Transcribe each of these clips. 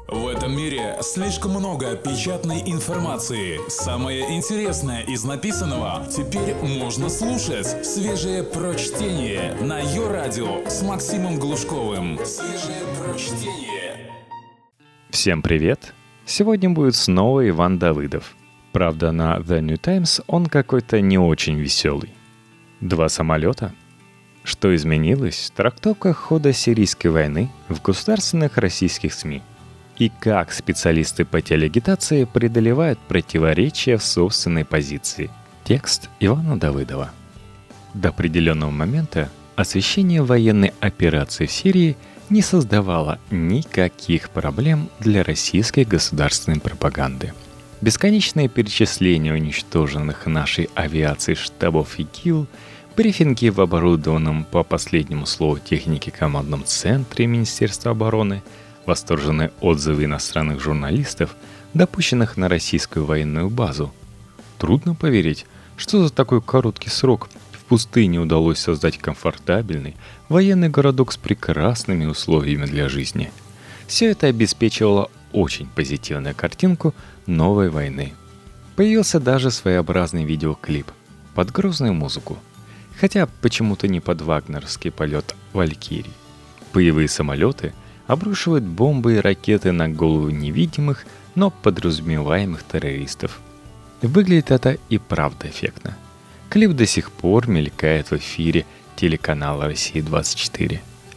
В этом мире слишком много печатной информации. Самое интересное из написанного теперь можно слушать. Свежее прочтение на Йо-Радио с Максимом Глушковым. Свежее прочтение. Всем привет! Сегодня будет снова Иван Давыдов. Правда, на The New Times он какой-то не очень веселый. 2 самолета? Что изменилось в трактовках хода сирийской войны в государственных российских СМИ? И как специалисты по телеагитации преодолевают противоречия в собственной позиции? Текст Ивана Давыдова. До определенного момента освещение военной операции в Сирии не создавало никаких проблем для российской государственной пропаганды. Бесконечные перечисления уничтоженных нашей авиацией штабов ИГИЛ, брифинги в оборудованном по последнему слову техники командном центре Министерства обороны, восторженные отзывы иностранных журналистов, допущенных на российскую военную базу. Трудно поверить, что за такой короткий срок в пустыне удалось создать комфортабельный военный городок с прекрасными условиями для жизни. Все это обеспечивало очень позитивную картинку новой войны. Появился даже своеобразный видеоклип под грозную музыку, хотя почему-то не под вагнеровский полет «Валькирий». Боевые самолеты обрушивают бомбы и ракеты на головы невидимых, но подразумеваемых террористов. Выглядит это и правда эффектно. Клип до сих пор мелькает в эфире телеканала «Россия-24».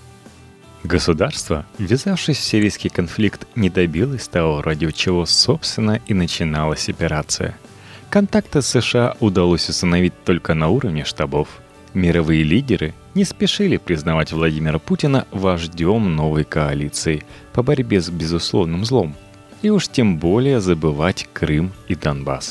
Государство, ввязавшись в сирийский конфликт, не добилось того, ради чего, собственно, и начиналась операция. Контакты с США удалось установить только на уровне штабов. Мировые лидеры не спешили признавать Владимира Путина вождем новой коалиции по борьбе с безусловным злом, и уж тем более забывать Крым и Донбасс.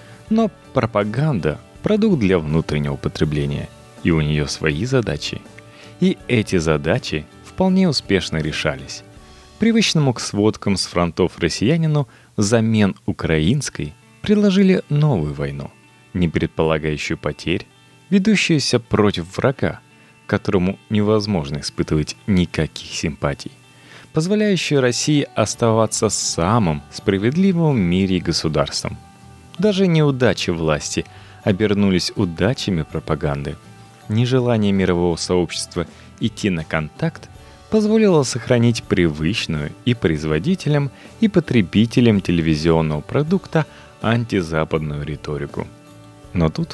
Но пропаганда – продукт для внутреннего потребления, и у нее свои задачи. И эти задачи вполне успешно решались. Привычному к сводкам с фронтов россиянину взамен украинской предложили новую войну, не предполагающую потерь, ведущуюся против врага, которому невозможно испытывать никаких симпатий, позволяющую России оставаться самым справедливым в мире государством. Даже неудачи власти обернулись удачами пропаганды. Нежелание мирового сообщества идти на контакт позволило сохранить привычную и производителям, и потребителям телевизионного продукта антизападную риторику. Но тут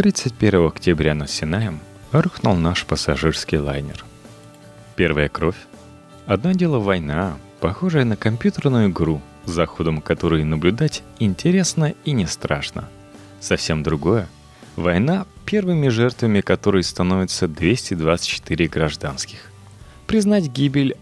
31 октября над Синаем рухнул наш пассажирский лайнер. Первая кровь. Одно дело война, похожая на компьютерную игру, за ходом которой наблюдать интересно и не страшно. Совсем другое — война, первыми жертвами которой становятся 224 гражданских. Признать гибель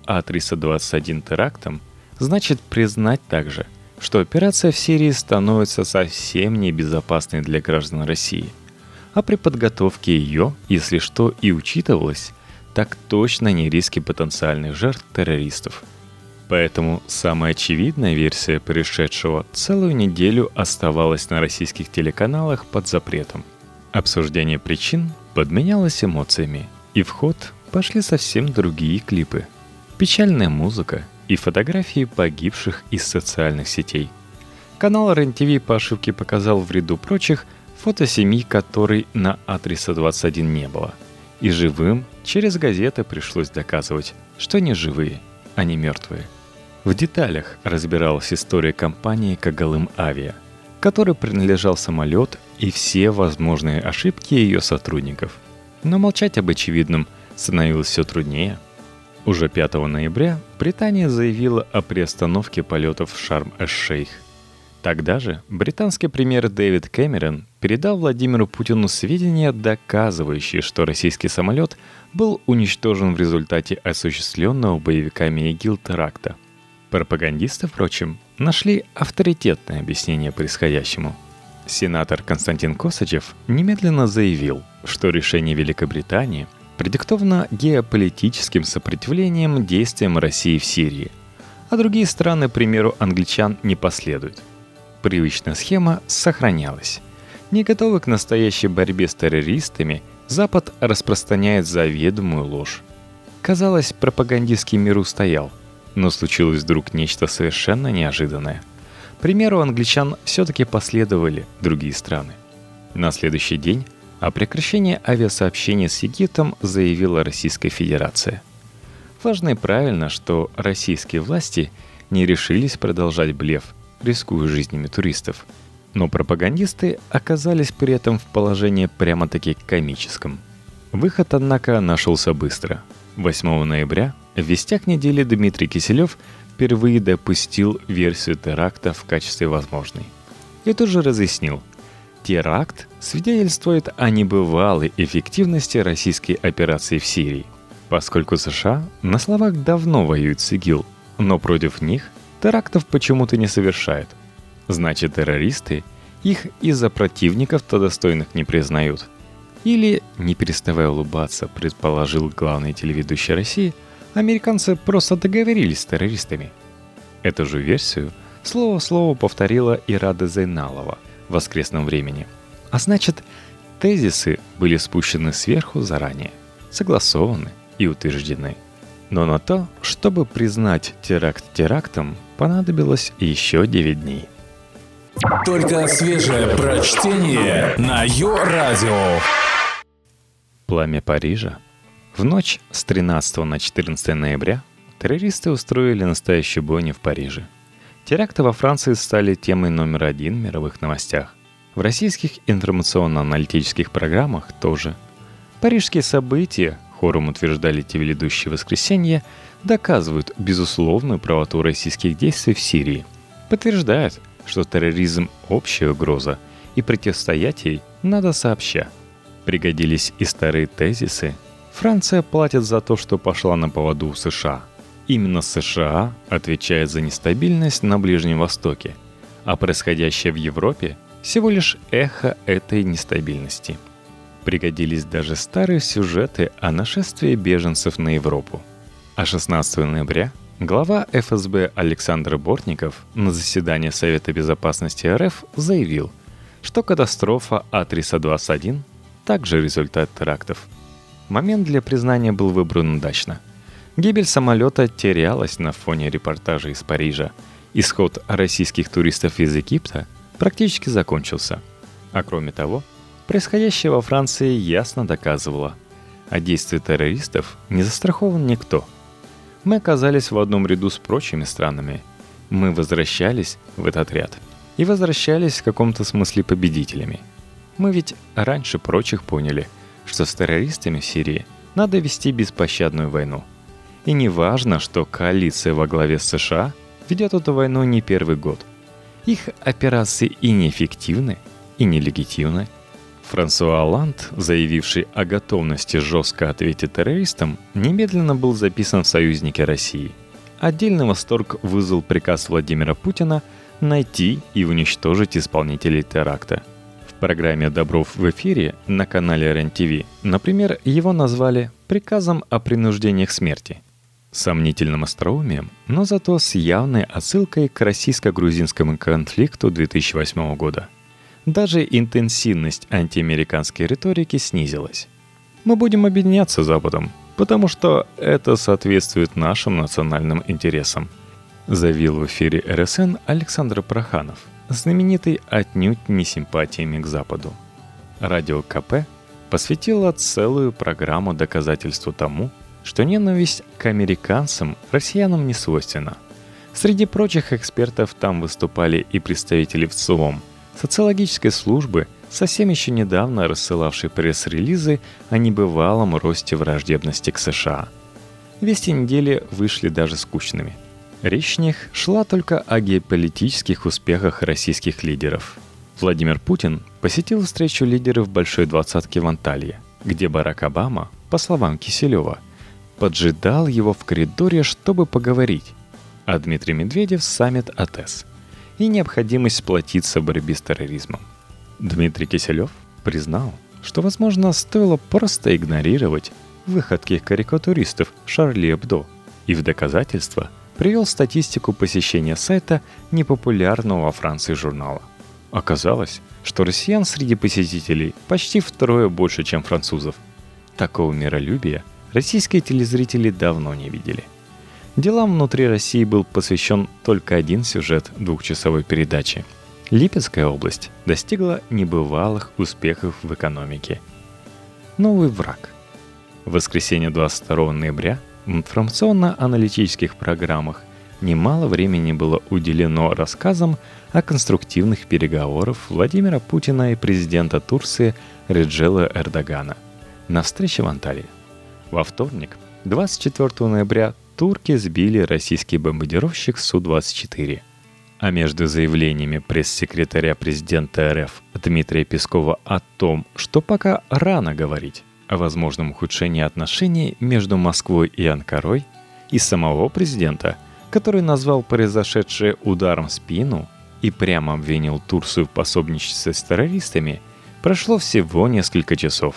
А-321 терактом значит признать также, что операция в Сирии становится совсем небезопасной для граждан России. А при подготовке ее, если что и учитывалось, так точно не риски потенциальных жертв террористов. Поэтому самая очевидная версия происшедшего целую неделю оставалась на российских телеканалах под запретом. Обсуждение причин подменялось эмоциями, и в ход пошли совсем другие клипы. Печальная музыка и фотографии погибших из социальных сетей. Канал РЕН-ТВ по ошибке показал в ряду прочих фото семьи, которой на А-321 не было. И живым через газеты пришлось доказывать, что не живые, а не мертвые. В деталях разбиралась история компании «Когалым Авиа», которой принадлежал самолет и все возможные ошибки ее сотрудников. Но молчать об очевидном становилось все труднее. Уже 5 ноября Британия заявила о приостановке полетов в Шарм-эш-Шейх. Тогда же британский премьер Дэвид Кэмерон передал Владимиру Путину сведения, доказывающие, что российский самолет был уничтожен в результате осуществленного боевиками ИГИЛ теракта. Пропагандисты, впрочем, нашли авторитетное объяснение происходящему. Сенатор Константин Косачев немедленно заявил, что решение Великобритании продиктовано геополитическим сопротивлением действиям России в Сирии, а другие страны, к примеру, англичан, не последуют. Привычная схема сохранялась. Не готовый к настоящей борьбе с террористами, Запад распространяет заведомую ложь. Казалось, пропагандистский мир устоял. Но случилось вдруг нечто совершенно неожиданное. К примеру англичан все-таки последовали другие страны. На следующий день о прекращении авиасообщения с Египтом заявила Российская Федерация. Важно и правильно, что российские власти не решились продолжать блеф, рискуя жизнями туристов. Но пропагандисты оказались при этом в положении прямо-таки комическом. Выход, однако, нашелся быстро. 8 ноября в «Вестях недели» Дмитрий Киселев впервые допустил версию теракта в качестве возможной. И тут же разъяснил: теракт свидетельствует о небывалой эффективности российской операции в Сирии, поскольку США на словах давно воюют с ИГИЛ, но против них терактов почему-то не совершают. Значит, террористы их из-за противников-то достойных не признают. Или, не переставая улыбаться, предположил главный телеведущий России, американцы просто договорились с террористами. Эту же версию слово в слово повторила и Рада Зайналова в «Воскресном времени». А значит, тезисы были спущены сверху заранее, согласованы и утверждены. Но на то, чтобы признать теракт терактом, понадобилось еще 9 дней. Только свежее прочтение на Йо-Радио. Пламя Парижа. В ночь с 13 на 14 ноября террористы устроили настоящую бойню в Париже. Теракты во Франции стали темой номер 1 в мировых новостях. В российских информационно-аналитических программах тоже. Парижские события, хором утверждали телеведущие в воскресенье, доказывают безусловную правоту российских действий в Сирии. Подтверждают, что терроризм – общая угроза, и противостоять ей надо сообща. Пригодились и старые тезисы. Франция платит за то, что пошла на поводу у США. Именно США отвечает за нестабильность на Ближнем Востоке, а происходящее в Европе всего лишь эхо этой нестабильности. Пригодились даже старые сюжеты о нашествии беженцев на Европу. А 16 ноября глава ФСБ Александр Бортников на заседании Совета Безопасности РФ заявил, что катастрофа А321 также результат терактов. Момент для признания был выбран удачно. Гибель самолета терялась на фоне репортажа из Парижа. Исход российских туристов из Египта практически закончился. А кроме того, происходящее во Франции ясно доказывало: от действий террористов не застрахован никто. Мы оказались в одном ряду с прочими странами. Мы возвращались в этот ряд. И возвращались в каком-то смысле победителями. Мы ведь раньше прочих поняли, что с террористами в Сирии надо вести беспощадную войну. И не важно, что коалиция во главе с США ведет эту войну не первый год. Их операции и неэффективны, и нелегитимны. Франсуа Олланд, заявивший о готовности жестко ответить террористам, немедленно был записан в союзники России. Отдельный восторг вызвал приказ Владимира Путина найти и уничтожить исполнителей теракта. В программе «Добров в эфире» на канале РЕН-ТВ, например, его назвали «приказом о принуждении к смерти». Сомнительным остроумием, но зато с явной отсылкой к российско-грузинскому конфликту 2008 года. Даже интенсивность антиамериканской риторики снизилась. Мы будем объединяться с Западом, потому что это соответствует нашим национальным интересам, заявил в эфире РСН Александр Проханов, знаменитый отнюдь не симпатиями к Западу. Радио КП посвятило целую программу доказательству тому, что ненависть к американцам россиянам не свойственна. Среди прочих экспертов там выступали и представители ВЦИОМ, социологической службы, совсем еще недавно рассылавшей пресс-релизы о небывалом росте враждебности к США. Вести недели вышли даже скучными. Речь в них шла только о геополитических успехах российских лидеров. Владимир Путин посетил встречу лидеров Большой Двадцатки в Анталье, где Барак Обама, по словам Киселева, поджидал его в коридоре, чтобы поговорить, а Дмитрий Медведев – саммит АТЭС и необходимость сплотиться в борьбе с терроризмом. Дмитрий Киселев признал, что, возможно, стоило просто игнорировать выходки карикатуристов Шарли Эбдо, и в доказательство привел статистику посещения сайта непопулярного во Франции журнала. Оказалось, что россиян среди посетителей почти втрое больше, чем французов. Такого миролюбия российские телезрители давно не видели. Делам внутри России был посвящен только один сюжет двухчасовой передачи. Липецкая область достигла небывалых успехов в экономике. Новый враг. В воскресенье 22 ноября в информационно-аналитических программах немало времени было уделено рассказам о конструктивных переговорах Владимира Путина и президента Турции Реджепа Эрдогана на встрече в Анталии. Во вторник, 24 ноября, турки сбили российский бомбардировщик Су-24. А между заявлениями пресс-секретаря президента РФ Дмитрия Пескова о том, что пока рано говорить о возможном ухудшении отношений между Москвой и Анкарой, и самого президента, который назвал произошедшее ударом в спину и прямо обвинил Турцию в пособничестве с террористами, прошло всего несколько часов.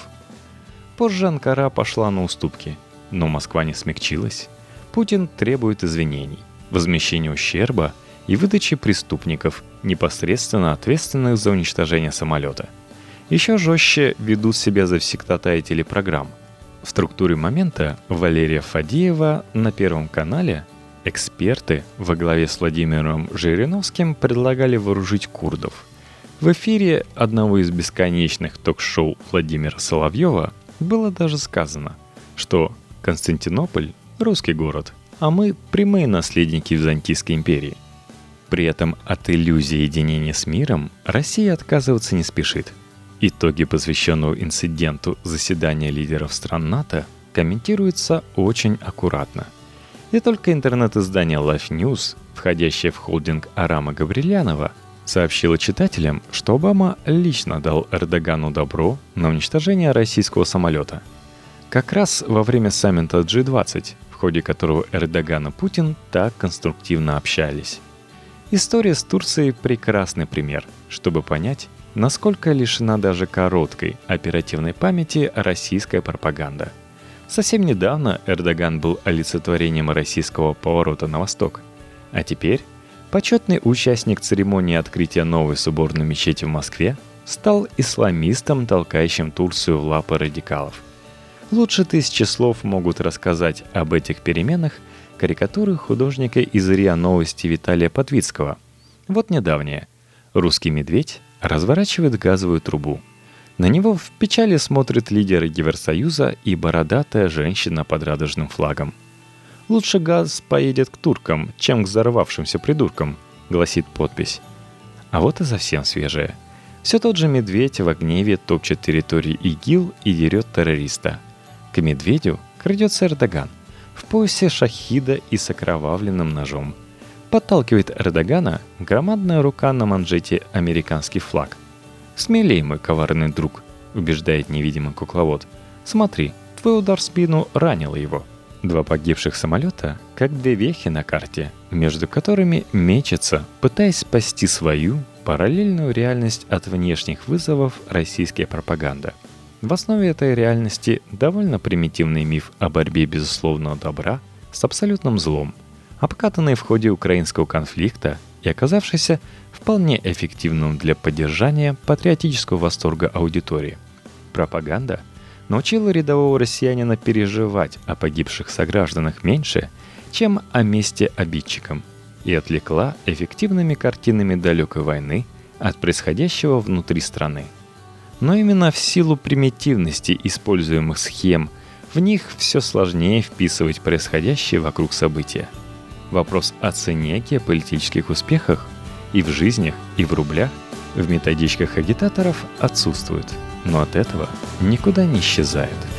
Позже Анкара пошла на уступки, но Москва не смягчилась. Путин требует извинений, возмещения ущерба и выдачи преступников, непосредственно ответственных за уничтожение самолета. Еще жестче ведут себя завсегдатаи телепрограмм. В структуре момента Валерия Фадеева на Первом канале эксперты во главе с Владимиром Жириновским предлагали вооружить курдов. В эфире одного из бесконечных ток-шоу Владимира Соловьева было даже сказано, что Константинополь – русский город, а мы – прямые наследники Византийской империи. При этом от иллюзии единения с миром Россия отказываться не спешит. Итоги посвященного инциденту заседания лидеров стран НАТО комментируются очень аккуратно. И только интернет-издание Life News, входящее в холдинг Арама Гаврилянова, сообщило читателям, что Обама лично дал Эрдогану добро на уничтожение российского самолета. Как раз во время саммита G20, в ходе которого Эрдоган и Путин так конструктивно общались. История с Турцией – прекрасный пример, чтобы понять, насколько лишена даже короткой оперативной памяти российская пропаганда. Совсем недавно Эрдоган был олицетворением российского поворота на восток, а теперь почетный участник церемонии открытия новой соборной мечети в Москве стал исламистом, толкающим Турцию в лапы радикалов. Лучше тысячи слов могут рассказать об этих переменах карикатуры художника из РИА Новости Виталия Подвицкого. Вот недавнее. Русский медведь разворачивает газовую трубу. На него в печали смотрят лидеры Евросоюза и бородатая женщина под радужным флагом. «Лучше газ поедет к туркам, чем к взорвавшимся придуркам», — гласит подпись. А вот и совсем свежее. Все тот же медведь в гневе топчет территорию ИГИЛ и дерет террориста. К медведю крадется Эрдоган в поясе шахида и с окровавленным ножом. Подталкивает Эрдогана громадная рука на манжете американский флаг. «Смелей, мой коварный друг», — убеждает невидимый кукловод. «Смотри, твой удар в спину ранил его». Два погибших самолета, как две вехи на карте, между которыми мечется, пытаясь спасти свою параллельную реальность от внешних вызовов российская пропаганда. В основе этой реальности довольно примитивный миф о борьбе безусловного добра с абсолютным злом, обкатанный в ходе украинского конфликта и оказавшийся вполне эффективным для поддержания патриотического восторга аудитории. Пропаганда научила рядового россиянина переживать о погибших согражданах меньше, чем о мести обидчикам, и отвлекла эффективными картинами далекой войны от происходящего внутри страны. Но именно в силу примитивности используемых схем в них все сложнее вписывать происходящее вокруг события. Вопрос о цене геополитических успехах и в жизнях, и в рублях в методичках агитаторов отсутствует, но от этого никуда не исчезает.